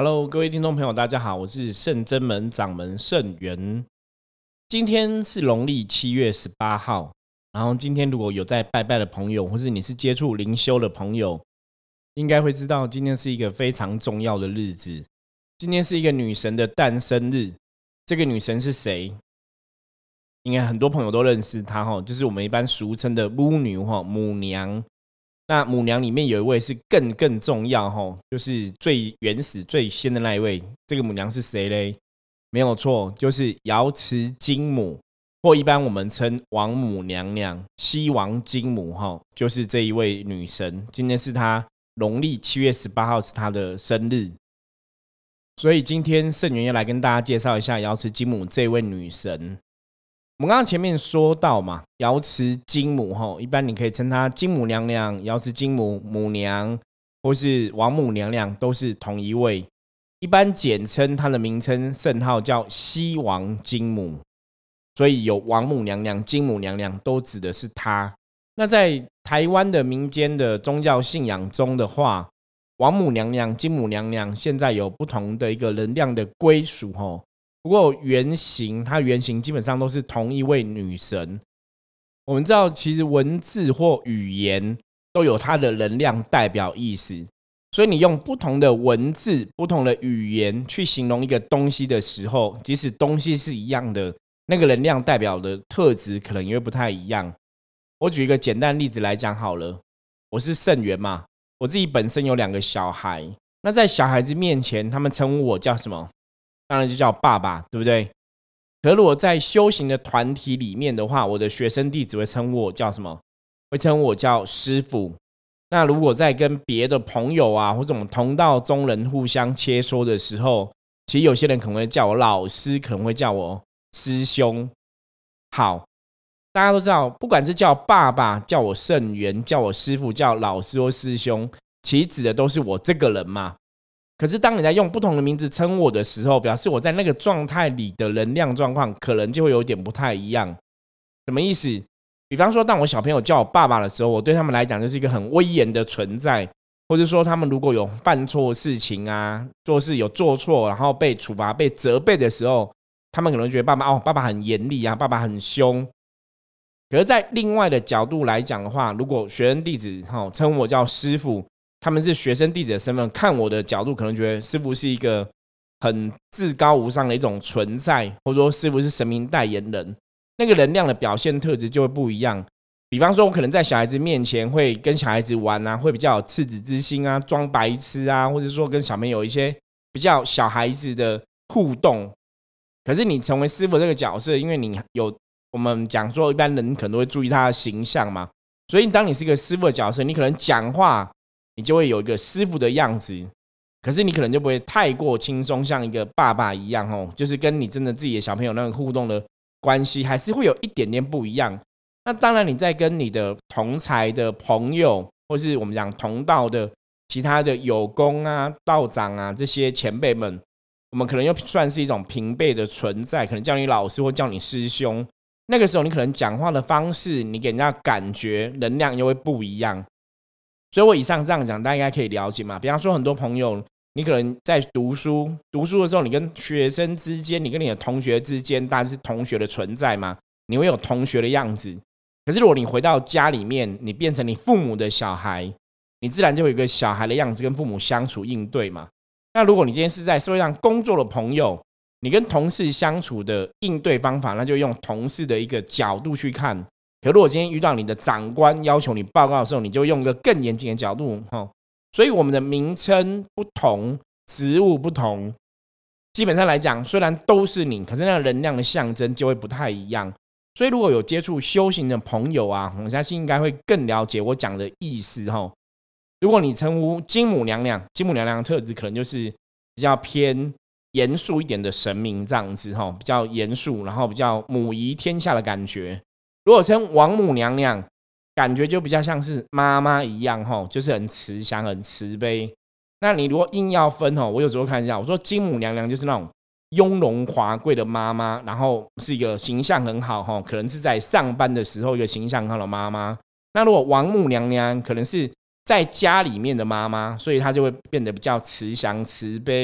Hello，各位听众朋友，大家好，我是圣真门掌门圣元。今天是农历7月18号，然后今天如果有在拜拜的朋友，或是你是接触灵修的朋友，应该会知道今天是一个非常重要的日子。今天是一个女神的诞生日，这个女神是谁？应该很多朋友都认识她，就是我们一般俗称的母女母娘。那母娘里面有一位是更重要，就是最原始最先的那一位。这个母娘是谁嘞？没有错，就是瑶池金母，或一般我们称王母娘娘、西王金母，就是这一位女神。今天是她农历7月18号是她的生日，所以今天圣元要来跟大家介绍一下瑶池金母这位女神。我们刚刚前面说到嘛，瑶池金母一般你可以称她金母娘娘、瑶池金母、母娘，或是王母娘娘，都是同一位。一般简称她的名称圣号叫西王金母，所以有王母娘娘、金母娘娘都指的是她。那在台湾的民间的宗教信仰中的话，王母娘娘、金母娘娘现在有不同的一个能量的归属不过它原型基本上都是同一位女神。我们知道其实文字或语言都有它的能量代表意思，所以你用不同的文字、不同的语言去形容一个东西的时候，即使东西是一样的，那个能量代表的特质可能也会不太一样。我举一个简单例子来讲好了，我是圣元嘛，我自己本身有2个小孩，那在小孩子面前他们称呼我叫什么？当然就叫爸爸，对不对？可如果在修行的团体里面的话，我的学生弟子会称我叫什么？会称我叫师父。那如果在跟别的朋友啊，或者我们同道中人互相切磋的时候，其实有些人可能会叫我老师，可能会叫我师兄。好，大家都知道，不管是叫爸爸、叫我圣元、叫我师父、叫老师或师兄，其实指的都是我这个人嘛。可是当你在用不同的名字称我的时候，表示我在那个状态里的能量状况可能就会有点不太一样。什么意思？比方说当我小朋友叫我爸爸的时候，我对他们来讲就是一个很威严的存在，或者说他们如果有犯错事情啊，做事有做错然后被处罚被责备的时候，他们可能觉得爸爸很严厉啊，爸爸很凶。可是在另外的角度来讲的话，如果学生弟子称我叫师父，他们是学生弟子的身份，看我的角度可能觉得师父是一个很至高无上的一种存在，或者说师父是神明代言人，那个能量的表现特质就会不一样。比方说我可能在小孩子面前会跟小孩子玩啊，会比较有赤子之心啊，装白痴啊，或者说跟小朋友有一些比较小孩子的互动。可是你成为师父这个角色，因为你有我们讲说一般人可能都会注意他的形象嘛，所以当你是一个师父的角色，你可能讲话你就会有一个师父的样子，可是你可能就不会太过轻松，像一个爸爸一样就是跟你真的自己的小朋友那个互动的关系还是会有一点点不一样。那当然你在跟你的同才的朋友，或是我们讲同道的其他的友公啊、道长啊这些前辈们，我们可能又算是一种平辈的存在，可能叫你老师或叫你师兄，那个时候你可能讲话的方式，你给人家感觉能量又会不一样。所以我以上这样讲，大家应该可以了解嘛。比方说，很多朋友，你可能在读书的时候，你跟学生之间，你跟你的同学之间，当然是同学的存在嘛，你会有同学的样子。可是如果你回到家里面，你变成你父母的小孩，你自然就有一个小孩的样子跟父母相处应对嘛。那如果你今天是在社会上工作的朋友，你跟同事相处的应对方法，那就用同事的一个角度去看。可如果今天遇到你的长官要求你报告的时候，你就用一个更严谨的角度所以我们的名称不同，职务不同，基本上来讲虽然都是你，可是那个能量的象征就会不太一样。所以如果有接触修行的朋友啊，我相信应该会更了解我讲的意思如果你称呼金母娘娘，金母娘娘的特质可能就是比较偏严肃一点的神明这样子比较严肃，然后比较母仪天下的感觉。如果称王母娘娘，感觉就比较像是妈妈一样就是很慈祥很慈悲。那你如果硬要分我有时候看一下，我说金母娘娘就是那种雍容华贵的妈妈，然后是一个形象很好可能是在上班的时候一个形象很好的妈妈。那如果王母娘娘可能是在家里面的妈妈，所以她就会变得比较慈祥慈悲，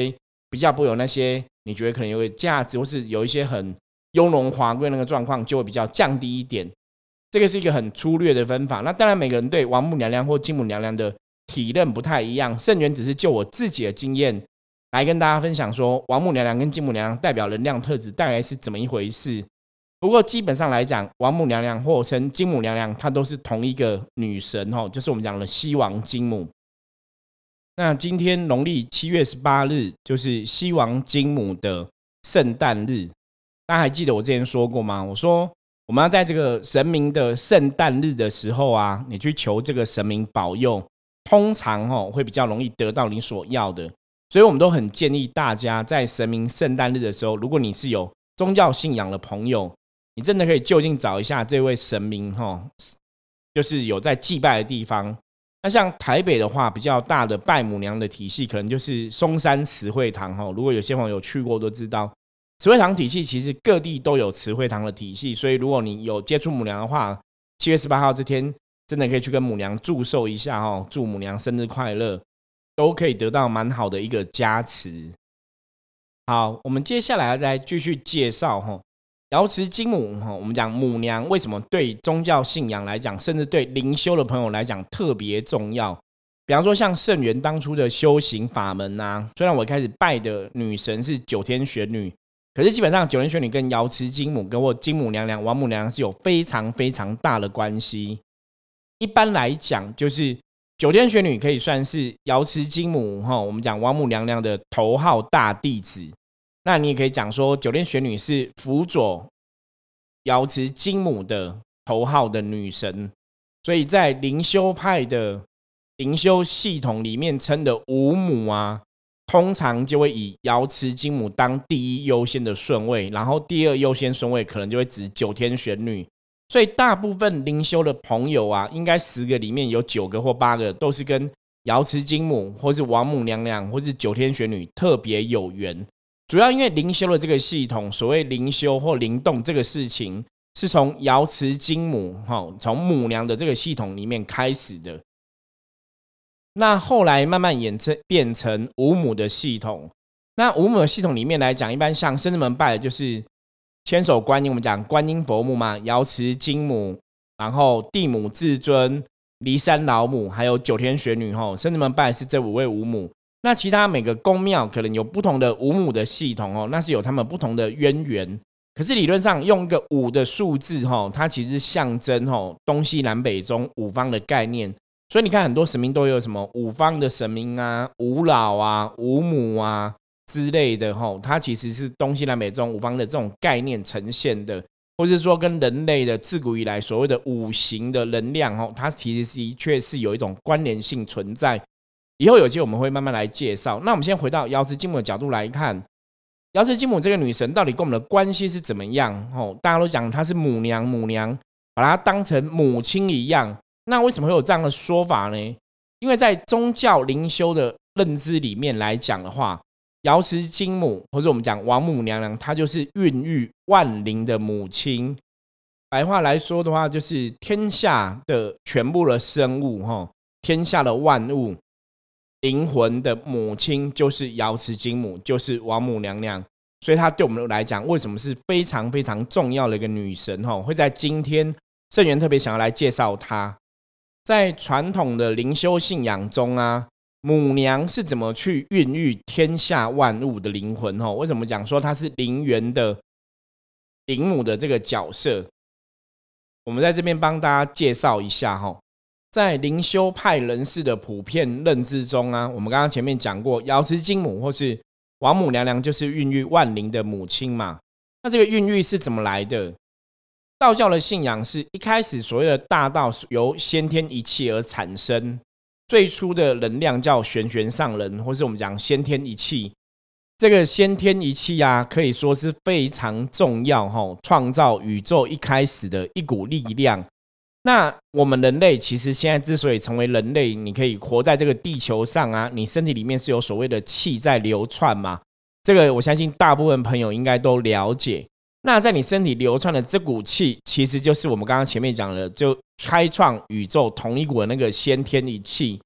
比较不有那些你觉得可能有价值，或是有一些很雍容华贵那个状况，就会比较降低一点。这个是一个很粗略的分法。那当然每个人对王母娘娘或金母娘娘的体认不太一样，圣元只是就我自己的经验来跟大家分享说，王母娘娘跟金母娘娘代表能量特质大概是怎么一回事。不过基本上来讲，王母娘娘或称金母娘娘，她都是同一个女神，就是我们讲的西王金母。那今天农历7月18日就是西王金母的圣诞日，大家还记得我之前说过吗？我说我们要在这个神明的圣诞日的时候啊，你去求这个神明保佑，通常会比较容易得到你所要的。所以我们都很建议大家在神明圣诞日的时候，如果你是有宗教信仰的朋友，你真的可以就近找一下这位神明，就是有在祭拜的地方。那像台北的话，比较大的拜母娘的体系，可能就是松山慈惠堂。如果有些朋友去过都知道，慈惠堂体系其实各地都有慈惠堂的体系，所以如果你有接触母娘的话，7月18号这天真的可以去跟母娘祝寿一下，祝母娘生日快乐，都可以得到蛮好的一个加持。好，我们接下来再继续介绍瑶池金母，我们讲母娘为什么对宗教信仰来讲，甚至对灵修的朋友来讲特别重要。比方说像圣元当初的修行法门啊，虽然我一开始拜的女神是九天玄女，可是基本上九天玄女跟瑶池金母跟我金母娘娘、王母娘娘是有非常非常大的关系。一般来讲，就是九天玄女可以算是瑶池金母，我们讲王母娘娘的头号大弟子。那你也可以讲说，九天玄女是辅佐瑶池金母的头号的女神，所以在灵修派的灵修系统里面称的五母啊，通常就会以瑶池金母当第一优先的顺位，然后第二优先顺位可能就会指九天玄女。所以大部分灵修的朋友啊，应该10个里面有9个或8个都是跟瑶池金母或是王母娘娘或是九天玄女特别有缘。主要因为灵修的这个系统，所谓灵修或灵动这个事情，是从瑶池金母从母娘的这个系统里面开始的。那后来慢慢变成五母的系统。那五母的系统里面来讲，一般像圣真门拜的就是千手观音，我们讲观音佛母嘛，瑶池金母，然后地母至尊、骊山老母，还有九天玄女。圣真门拜的是这5位五母。那其他每个宫庙可能有不同的五母的系统，那是有他们不同的渊源。可是理论上用一个5的数字，它其实是象征东西南北中5方的概念。所以你看很多神明都有什么5方的神明啊、五老啊、五母啊之类的，它其实是东西南北中5方的这种概念呈现的，或是说跟人类的自古以来所谓的5行的能量，它其实的确是有一种关联性存在。以后有机会我们会慢慢来介绍。那我们先回到瑶池金母的角度来看，瑶池金母这个女神到底跟我们的关系是怎么样？大家都讲她是母娘，把她当成母亲一样。那为什么会有这样的说法呢？因为在宗教灵修的认知里面来讲的话，瑶池金母或者我们讲王母娘娘，她就是孕育万灵的母亲。白话来说的话，就是天下的全部的生物，天下的万物灵魂的母亲就是瑶池金母，就是王母娘娘。所以她对我们来讲，为什么是非常非常重要的一个女神，会在今天圣元特别想要来介绍她。在传统的灵修信仰中啊，母娘是怎么去孕育天下万物的灵魂？为什么讲说她是灵源的灵母的这个角色？我们在这边帮大家介绍一下。在灵修派人士的普遍认知中啊，我们刚刚前面讲过，瑶池金母或是王母娘娘就是孕育万灵的母亲嘛。那这个孕育是怎么来的？道教的信仰是一开始所谓的大道由先天一气而产生，最初的能量叫玄玄上人，或是我们讲先天一气。这个先天一气啊，可以说是非常重要，创造宇宙一开始的一股力量。那我们人类其实现在之所以成为人类，你可以活在这个地球上啊，你身体里面是有所谓的气在流窜嘛，这个我相信大部分朋友应该都了解。那在你身体流窜的这股气，其实就是我们刚刚前面讲的，就开创宇宙同一股的那个先天一气。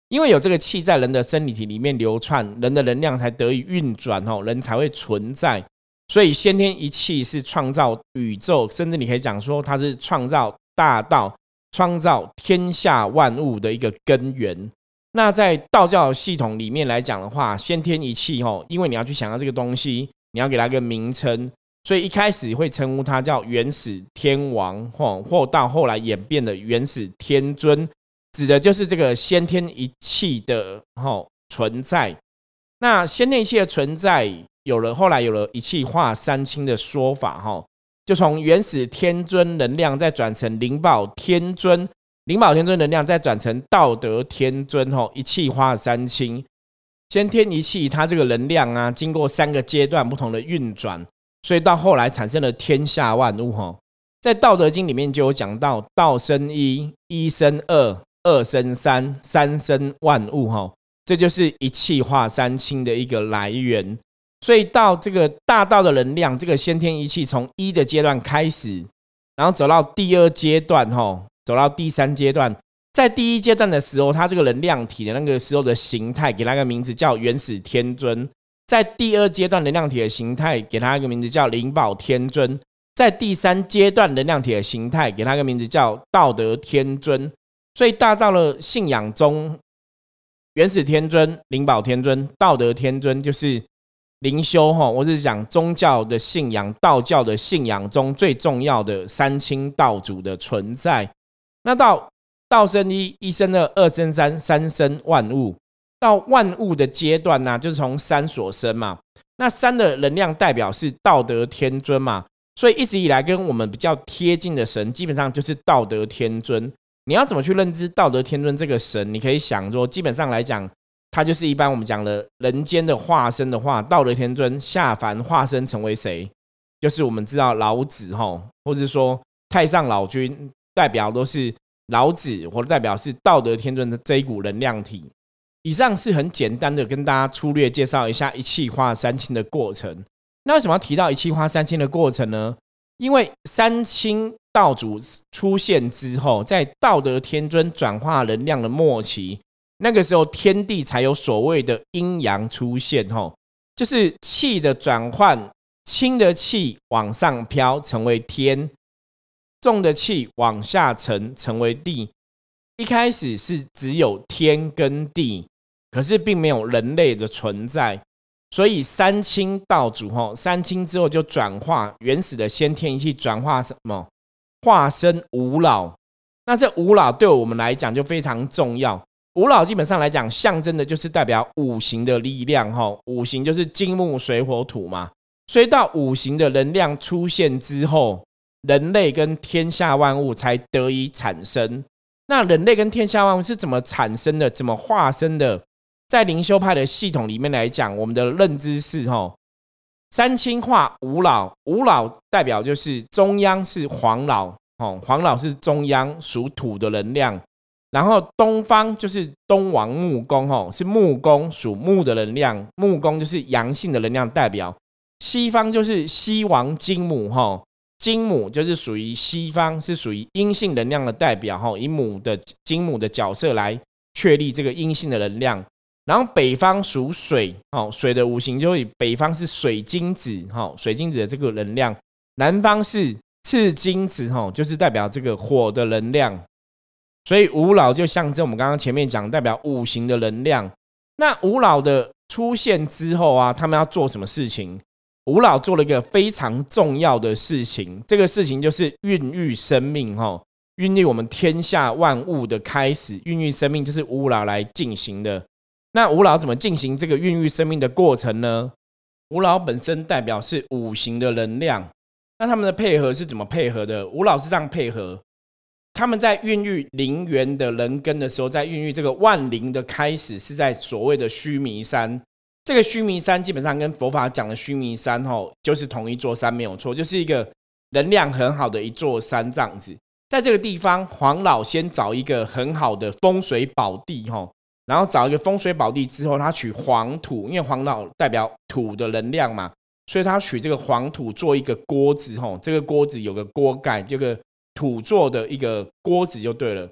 因为有这个气在人的生理体里面流窜，人的能量才得以运转，人才会存在。所以先天一气是创造宇宙，甚至你可以讲说它是创造大道、创造天下万物的一个根源。那在道教系统里面来讲的话，先天一气，因为你要去想到这个东西，你要给它一个名称，所以一开始会称呼它叫元始天王，或到后来演变的元始天尊，指的就是这个先天一气的存在。那先天一气的存在后来有了一气化三清的说法，就从元始天尊能量再转成灵宝天尊，灵宝天尊能量再转成道德天尊，一气化三清。先天一气它这个能量啊，经过3个阶段不同的运转，所以到后来产生了天下万物。在道德经里面就有讲到，道生一，一生二，二生三，三生万物，这就是一气化三清的一个来源。所以到这个大道的能量，这个先天一气从1的阶段开始，然后走到第2阶段，走到第3阶段。在第1阶段的时候，它这个能量体的那个时候的形态，给它一个名字叫元始天尊。在第2阶段能量体的形态，给它一个名字叫灵宝天尊。在第3阶段能量体的形态，给它一个名字叫道德天尊。所以大道的信仰中，元始天尊、灵宝天尊、道德天尊，就是灵修，或是讲宗教的信仰、道教的信仰中最重要的三清道主的存在。那到道生一，一生二，二生三，三生万物。到万物的阶段呢，就是从3所生嘛。那3的能量代表是道德天尊嘛，所以一直以来跟我们比较贴近的神，基本上就是道德天尊。你要怎么去认知道德天尊这个神？你可以想说，基本上来讲，它就是一般我们讲的人间的化身的话，道德天尊下凡化身成为谁？就是我们知道老子，或者说太上老君，代表都是老子，或者代表是道德天尊的这一股能量体。以上是很简单的跟大家粗略介绍一下一气化三清的过程。那为什么要提到一气化三清的过程呢？因为三清道主出现之后，在道德天尊转化能量的末期，那个时候天地才有所谓的阴阳出现，就是气的转换，轻的气往上飘成为天，重的气往下沉成为地。一开始是只有天跟地，可是并没有人类的存在，所以三清道主，三清之后就转化原始的先天一气，转化什么？化身五老。那这五老对我们来讲就非常重要。五老基本上来讲，象征的就是代表五行的力量，五行就是金木水火土嘛。所以到五行的能量出现之后，人类跟天下万物才得以产生。那人类跟天下万物是怎么产生的？怎么化身的？在灵修派的系统里面来讲，我们的认知是三清化五老，五老代表就是中央是黄老，黄老是中央属土的能量，然后东方就是东王木公，是木公属木的能量，木公就是阳性的能量代表，西方就是西王金母，金母就是属于西方，是属于阴性能量的代表，以金母的角色来确立这个阴性的能量。然后北方属水，水的五行就会北方是水晶子，水晶子的这个能量，南方是赤金子，就是代表这个火的能量。所以五老就象征我们刚刚前面讲代表五行的能量。那五老的出现之后啊，他们要做什么事情？五老做了一个非常重要的事情，这个事情就是孕育生命，孕育我们天下万物的开始，孕育生命就是五老来进行的。那五老怎么进行这个孕育生命的过程呢？五老本身代表是五行的能量，那他们的配合是怎么配合的？五老是这样配合，他们在孕育灵元的人根的时候，在孕育这个万灵的开始是在所谓的须弥山。这个须弥山基本上跟佛法讲的须弥山就是同一座山，没有错，就是一个能量很好的一座山这样子。在这个地方，黄老先找一个很好的风水宝地，然后找一个风水宝地之后，他取黄土，因为黄老代表土的能量嘛，所以他取这个黄土做一个锅子，这个锅子有个锅盖，这个土做的一个锅子就对了。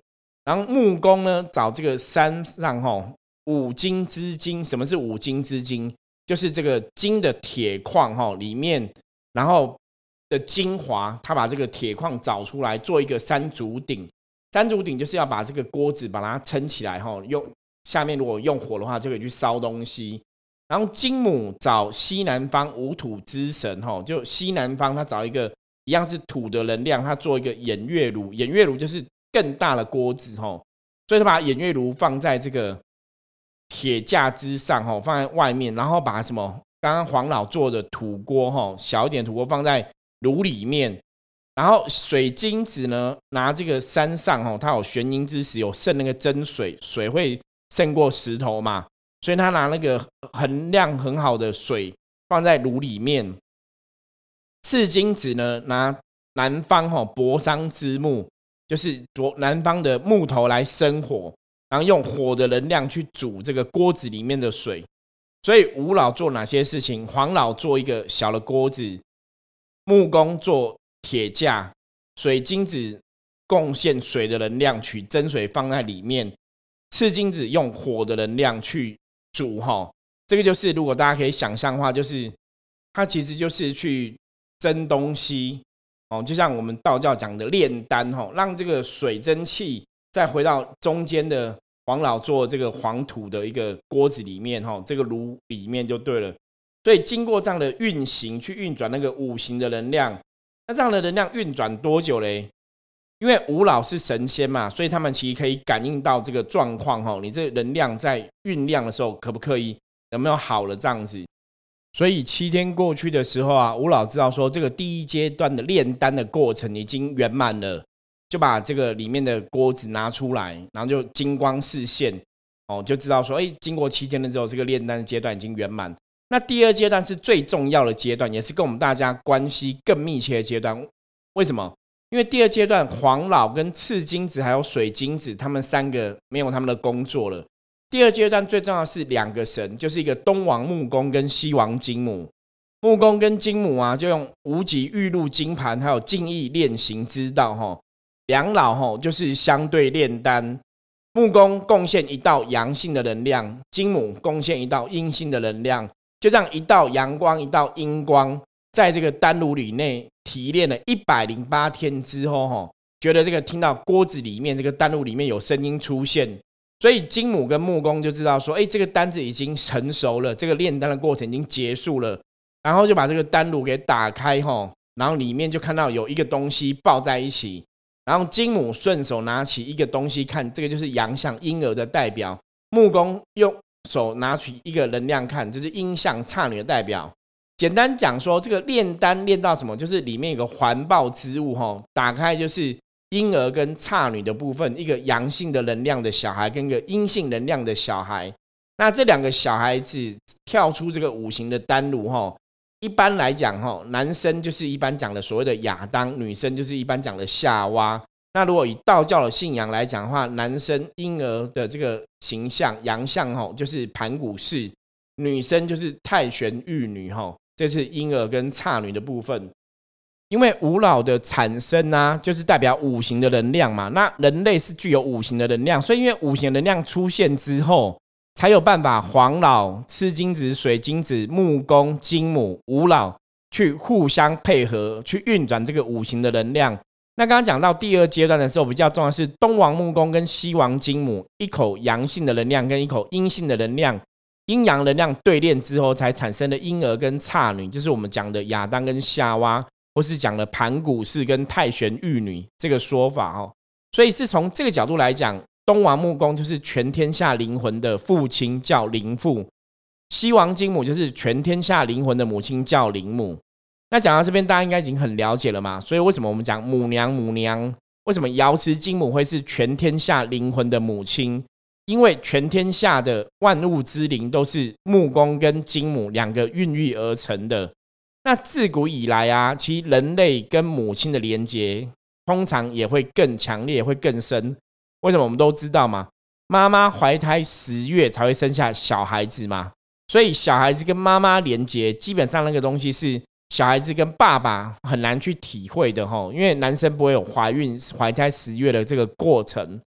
然后木工呢找这个山上五金之精。什么是五金之精？就是这个金的铁矿里面，然后的精华，他把这个铁矿找出来做一个三足鼎。三足鼎就是要把这个锅子把它撑起来用下面如果用火的话就可以去烧东西。然后金母找西南方五土之神就西南方他找一个一样是土的能量，他做一个偃月炉。偃月炉就是更大的锅子所以他把偃月炉放在这个铁架之上放在外面，然后把什么刚刚黄老做的土锅小一点土锅放在炉里面。然后水晶子呢拿这个山上它有玄阴之石，有渗那个真水，水会渗过石头嘛，所以他拿那个衡量很好的水放在炉里面。赤金子呢拿南方博桑之木，就是南方的木头来生火，然后用火的能量去煮这个锅子里面的水。所以吴老做哪些事情？黄老做一个小的锅子，木工做铁架，水晶子贡献水的能量，取真水放在里面，赤金子用火的能量去煮这个就是如果大家可以想象的话，就是它其实就是去蒸东西就像我们道教讲的炼丹让这个水蒸气再回到中间的黄老做这个黄土的一个锅子里面这个炉里面就对了。所以经过这样的运行去运转那个五行的能量，那这样的能量运转多久嘞？因为五老是神仙嘛，所以他们其实可以感应到这个状况你这能量在酝酿的时候可不可以有没有好了这样子。所以7天过去的时候啊，吴老知道说这个第一阶段的炼丹的过程已经圆满了，就把这个里面的锅子拿出来，然后就金光四现就知道说经过7天了之后，这个炼丹的阶段已经圆满。那第二阶段是最重要的阶段，也是跟我们大家关系更密切的阶段。为什么？因为第二阶段黄老跟赤金子还有水晶子他们3个没有他们的工作了。第二阶段最重要的是2个神，就是一个东王木工跟西王金母。木工跟金母啊，就用无极玉露金盘还有静意炼形之道两老就是相对炼丹。木工贡献一道阳性的能量，金母贡献一道阴性的能量，就这样一道阳光一道阴光，在这个丹炉里内提炼了108天之后觉得这个听到锅子里面这个丹炉里面有声音出现，所以金母跟木工就知道说这个丹子已经成熟了，这个炼丹的过程已经结束了，然后就把这个丹炉给打开然后里面就看到有一个东西抱在一起，然后金母顺手拿起一个东西看，这个就是阳相婴儿的代表，木工用手拿起一个能量看，就是阴相差女的代表。简单讲说，这个炼丹炼到什么，就是里面有个环抱之物打开就是婴儿跟差女的部分，一个阳性的能量的小孩跟一个阴性能量的小孩。那这2个小孩子跳出这个五行的丹炉一般来讲男生就是一般讲的所谓的亚当，女生就是一般讲的夏娃。那如果以道教的信仰来讲的话，男生婴儿的这个形象阳相就是盘古氏，女生就是太玄玉女这是婴儿跟差女的部分。因为五老的产生啊，就是代表五行的能量嘛，那人类是具有五行的能量，所以因为五行能量出现之后，才有办法黄老、赤金子、水晶子、木工、金母、五老去互相配合，去运转这个五行的能量。那刚刚讲到第二阶段的时候，比较重要的是东王木工跟西王金母，一口阳性的能量跟一口阴性的能量，阴阳能量对练之后，才产生了婴儿跟差女，就是我们讲的亚当跟夏娃，或是讲的盘古氏跟太玄玉女这个说法所以是从这个角度来讲，东王木工就是全天下灵魂的父亲，叫灵父；西王金母就是全天下灵魂的母亲，叫灵母。那讲到这边，大家应该已经很了解了嘛？所以为什么我们讲母娘？为什么瑶池金母会是全天下灵魂的母亲？因为全天下的万物之灵都是木工跟金母2个孕育而成的。那自古以来啊，其实人类跟母亲的连结通常也会更强烈，会更深。为什么？我们都知道嘛，妈妈怀胎10月才会生下小孩子嘛，所以小孩子跟妈妈连结，基本上那个东西是小孩子跟爸爸很难去体会的因为男生不会有怀胎10月的这个过程，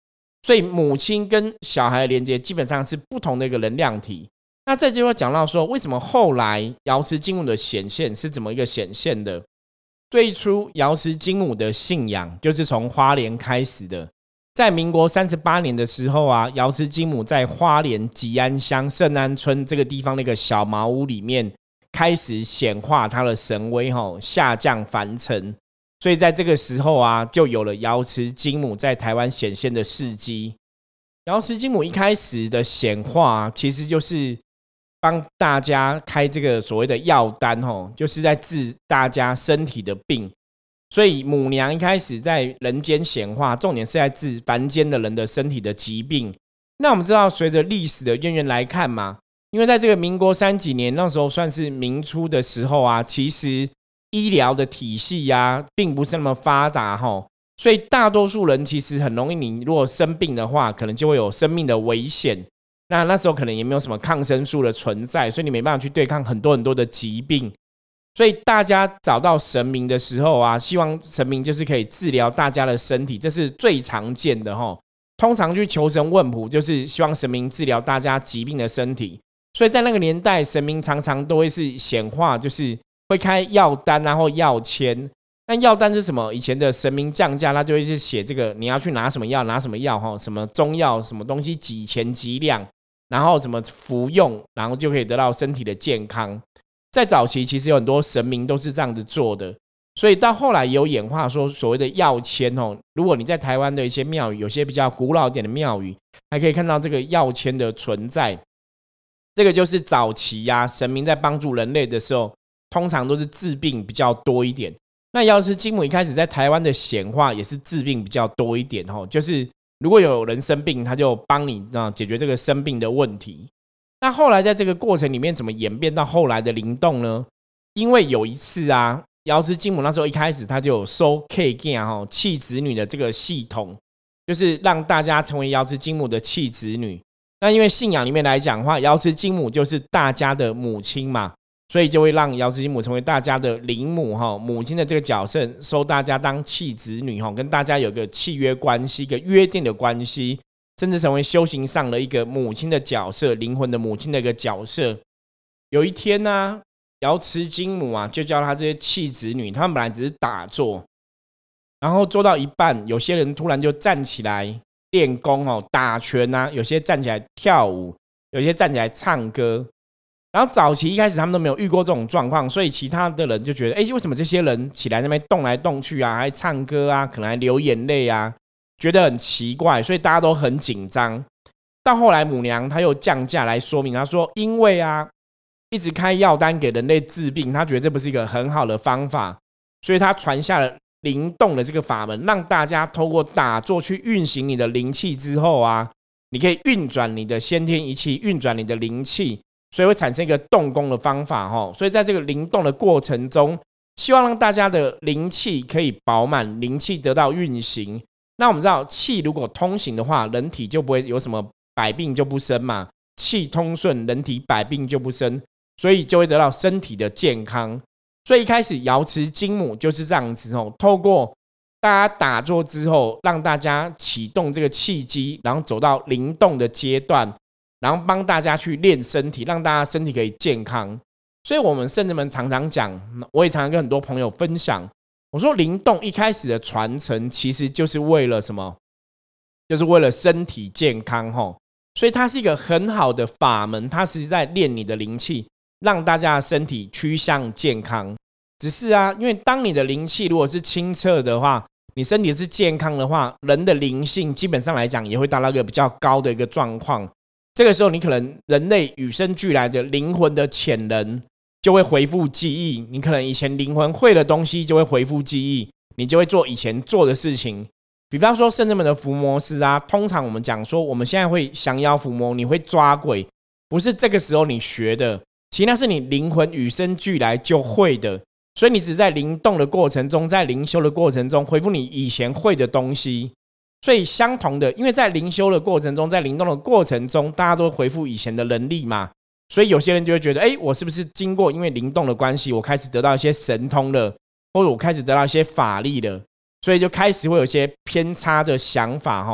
所以母亲跟小孩的连接基本上是不同的一个能量体。那这就会讲到说，为什么后来瑶池金母的显现是怎么一个显现的？最初瑶池金母的信仰就是从花莲开始的。在民国38年的时候啊，瑶池金母在花莲吉安乡圣安村这个地方那个小茅屋里面开始显化她的神威，下降凡尘。所以在这个时候啊，就有了瑶池金母在台湾显现的事迹。瑶池金母一开始的显化，其实就是帮大家开这个所谓的药单，就是在治大家身体的病。所以母娘一开始在人间显化，重点是在治凡间的人的身体的疾病。那我们知道，随着历史的渊源来看嘛，因为在这个民国30几年，那时候算是民初的时候啊，其实医疗的体系啊，并不是那么发达，所以大多数人其实很容易，你如果生病的话，可能就会有生命的危险。那时候可能也没有什么抗生素的存在，所以你没办法去对抗很多很多的疾病。所以大家找到神明的时候啊，希望神明就是可以治疗大家的身体，这是最常见的。通常去求神问卜，就是希望神明治疗大家疾病的身体。所以在那个年代，神明常常都会是显化，就是会开药单啊或药签。那药单是什么？以前的神明降价，他就会去写这个你要去拿什么药，拿什么药，什么中药，什么东西几钱几两，然后怎么服用，然后就可以得到身体的健康。在早期其实有很多神明都是这样子做的，所以到后来有演化说所谓的药签，如果你在台湾的一些庙宇，有些比较古老一点的庙宇，还可以看到这个药签的存在。这个就是早期啊，神明在帮助人类的时候，通常都是治病比较多一点。那瑶池金母一开始在台湾的显化也是治病比较多一点，就是如果有人生病，他就帮你解决这个生病的问题。那后来在这个过程里面怎么演变到后来的灵动呢？因为有一次啊，瑶池金母那时候一开始他就有收 K 弃子女的这个系统，就是让大家成为瑶池金母的弃子女。那因为信仰里面来讲的话，瑶池金母就是大家的母亲嘛，所以就会让瑶池金母成为大家的灵母，母亲的这个角色，收大家当弃子女，跟大家有个契约关系，一个约定的关系，甚至成为修行上的一个母亲的角色，灵魂的母亲的一个角色。有一天呢，瑶池金母啊，就叫他这些弃子女，他们本来只是打坐，然后做到一半，有些人突然就站起来练功打拳啊，有些站起来跳舞，有些站起来唱歌。然后早期一开始他们都没有遇过这种状况，所以其他的人就觉得，为什么这些人起来那边动来动去啊，还唱歌啊，可能还流眼泪啊，觉得很奇怪，所以大家都很紧张。到后来母娘她又降价来说明，她说因为啊一直开药单给人类治病，她觉得这不是一个很好的方法，所以她传下了灵动的这个法门，让大家透过打坐去运行你的灵气之后啊，你可以运转你的先天一气，运转你的灵气，所以会产生一个动功的方法。所以在这个灵动的过程中，希望让大家的灵气可以饱满，灵气得到运行。那我们知道气如果通行的话，人体就不会有什么百病就不生嘛，气通顺，人体百病就不生，所以就会得到身体的健康。所以一开始瑶池金母就是这样子，透过大家打坐之后，让大家启动这个气机，然后走到灵动的阶段，然后帮大家去练身体，让大家身体可以健康。所以我们圣人们常常讲，我也常常跟很多朋友分享，我说灵动一开始的传承其实就是为了什么？就是为了身体健康。所以它是一个很好的法门，它是在练你的灵气，让大家的身体趋向健康。只是啊，因为当你的灵气如果是清澈的话，你身体是健康的话，人的灵性基本上来讲也会达到一个比较高的一个状况。这个时候你可能人类与生俱来的灵魂的潜能就会恢复记忆，你可能以前灵魂会的东西就会恢复记忆，你就会做以前做的事情。比方说圣人们的伏魔师啊，通常我们讲说我们现在会降妖伏魔，你会抓鬼，不是这个时候你学的，其实那是你灵魂与生俱来就会的，所以你只在灵动的过程中，在灵修的过程中恢复你以前会的东西。所以相同的，因为在灵修的过程中，在灵动的过程中，大家都会恢复以前的能力嘛，所以有些人就会觉得，我是不是经过因为灵动的关系，我开始得到一些神通了，或者我开始得到一些法力了，所以就开始会有一些偏差的想法。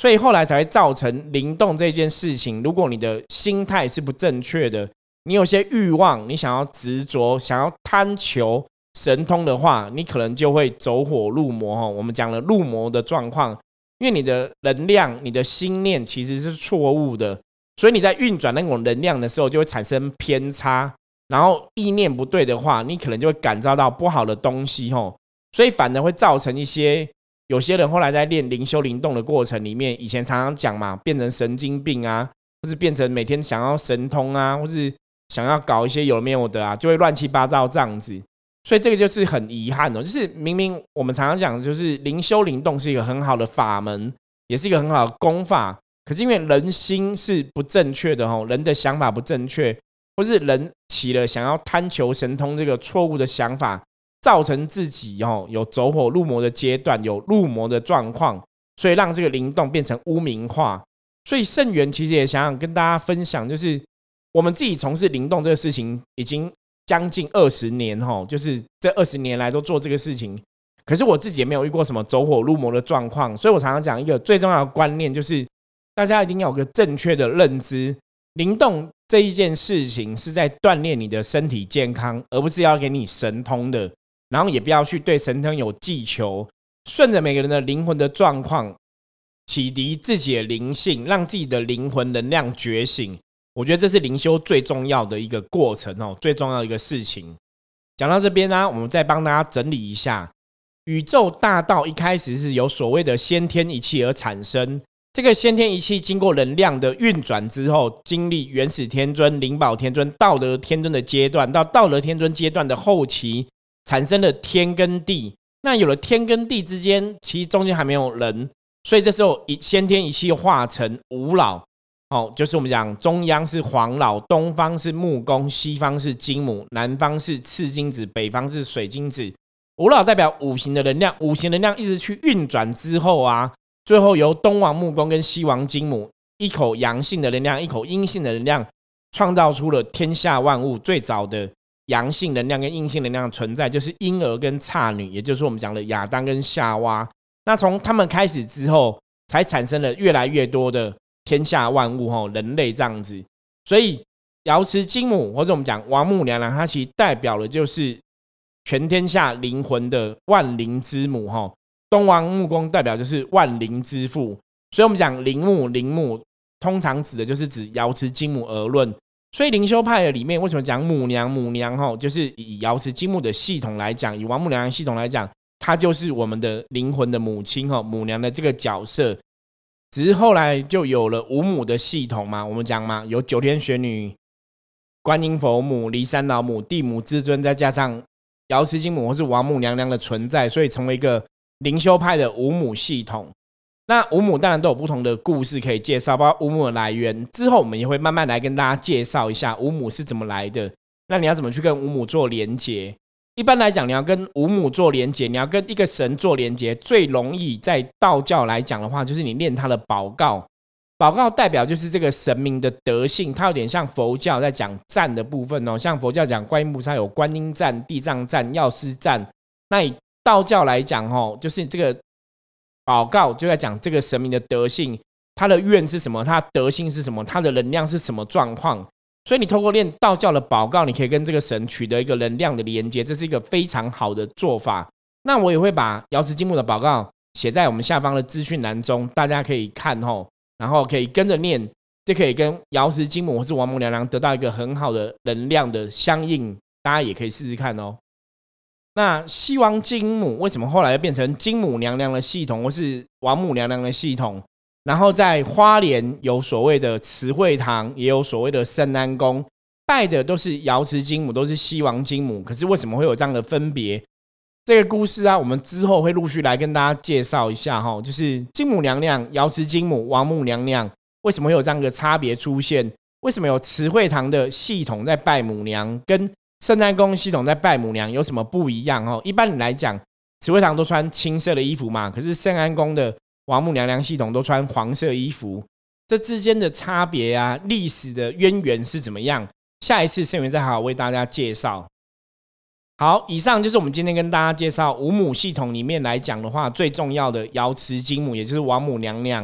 所以后来才会造成灵动这件事情。如果你的心态是不正确的，你有些欲望，你想要执着，想要贪求神通的话，你可能就会走火入魔。我们讲了入魔的状况，因为你的能量、你的心念其实是错误的，所以你在运转那种能量的时候，就会产生偏差。然后意念不对的话，你可能就会感召到不好的东西，所以反而会造成一些有些人后来在练灵修灵动的过程里面，以前常常讲嘛，变成神经病啊，或是变成每天想要神通啊，或是想要搞一些有的没有的啊，就会乱七八糟这样子。所以这个就是很遗憾就是明明我们常常讲，就是灵修灵动是一个很好的法门，也是一个很好的功法，可是因为人心是不正确的，人的想法不正确，或是人起了想要贪求神通这个错误的想法，造成自己有走火入魔的阶段，有入魔的状况，所以让这个灵动变成污名化。所以圣元其实也想跟大家分享，就是我们自己从事灵动这个事情已经将近20年，就是这20年来都做这个事情，可是我自己也没有遇过什么走火入魔的状况。所以我常常讲一个最重要的观念，就是大家一定要有个正确的认知，灵动这一件事情是在锻炼你的身体健康，而不是要给你神通的。然后也不要去对神通有寄求，顺着每个人的灵魂的状况，启迪自己的灵性，让自己的灵魂能量觉醒。我觉得这是灵修最重要的一个过程，最重要的一个事情。讲到这边呢，我们再帮大家整理一下，宇宙大道一开始是由所谓的先天一气而产生，这个先天一气经过能量的运转之后，经历元始天尊、灵宝天尊、道德天尊的阶段，到道德天尊阶段的后期，产生了天跟地。那有了天跟地之间，其实中间还没有人，所以这时候先天一气化成五老，就是我们讲中央是黄老，东方是木公，西方是金母，南方是赤精子，北方是水晶子。五老代表五行的能量，五行能量一直去运转之后啊，最后由东王木公跟西王金母一口阳性的能量，一口阴性的能量，创造出了天下万物。最早的阳性能量跟阴性能量的存在，就是婴儿跟刹女，也就是我们讲的亚当跟夏娃。那从他们开始之后，才产生了越来越多的天下万物，人类这样子。所以瑶池金母或者我们讲王母娘娘，它其实代表的就是全天下灵魂的万灵之母，东王木公代表就是万灵之父。所以我们讲灵母通常指的就是指瑶池金母而论。所以灵修派的里面为什么讲母娘，就是以瑶池金母的系统来讲，以王母娘娘系统来讲，她就是我们的灵魂的母亲，母娘的这个角色。只是后来就有了五母的系统嘛，我们讲嘛，有九天玄女、观音佛母、骊山老母、地母至尊，再加上瑶池金母或是王母娘娘的存在，所以成为一个灵修派的五母系统。那五母当然都有不同的故事可以介绍，包括五母的来源，之后我们也会慢慢来跟大家介绍一下五母是怎么来的，那你要怎么去跟五母做连结。一般来讲，你要跟五母做连结，你要跟一个神做连结，最容易在道教来讲的话，就是你念他的宝告。宝告代表就是这个神明的德性，它有点像佛教在讲赞的部分，像佛教讲观音菩萨有观音赞、地藏赞、药师赞。那以道教来讲，就是这个宝告就在讲这个神明的德性，他的愿是什么，他的德性是什么，他的能量是什么状况。所以你透过练道教的宝告，你可以跟这个神取得一个能量的连接，这是一个非常好的做法。那我也会把瑶池金母的宝告写在我们下方的资讯栏中，大家可以看，然后可以跟着念，这可以跟瑶池金母或是王母娘娘得到一个很好的能量的相应，大家也可以试试看哦。那西王金母为什么后来变成金母娘娘的系统，或是王母娘娘的系统？然后在花莲有所谓的慈惠堂，也有所谓的圣安宫，拜的都是瑶池金母，都是西王金母。可是为什么会有这样的分别？这个故事啊，我们之后会陆续来跟大家介绍一下，就是金母娘娘、瑶池金母、王母娘娘为什么会有这样的差别出现？为什么有慈惠堂的系统在拜母娘，跟圣安宫系统在拜母娘有什么不一样？一般来讲，慈惠堂都穿青色的衣服嘛，可是圣安宫的王母娘娘系统都穿黄色衣服，这之间的差别啊，历史的渊源是怎么样？下一次圣元再好好为大家介绍。好，以上就是我们今天跟大家介绍五母系统里面来讲的话，最重要的瑶池金母，也就是王母娘娘。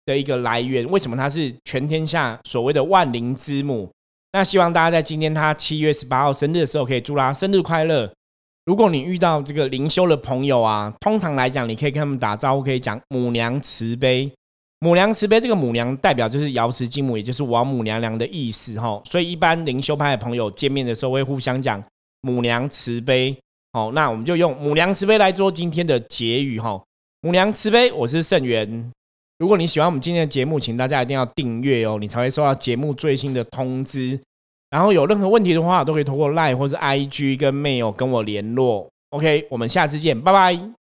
的一个来源，为什么它是全天下所谓的万灵之母。那希望大家在今天他7月18号生日的时候，可以祝他生日快乐。如果你遇到这个灵修的朋友啊，通常来讲，你可以跟他们打招呼，可以讲母娘慈悲。母娘慈悲，这个母娘代表就是瑶池金母，也就是王母娘娘的意思齁。所以一般灵修派的朋友见面的时候，会互相讲母娘慈悲。好，那我们就用母娘慈悲来做今天的结语齁。母娘慈悲，我是盛元。如果你喜欢我们今天的节目，请大家一定要订阅哦，你才会收到节目最新的通知。然后有任何问题的话，都可以透过 LINE 或是 IG 跟 Mail 跟我联络。OK， 我们下次见，拜拜。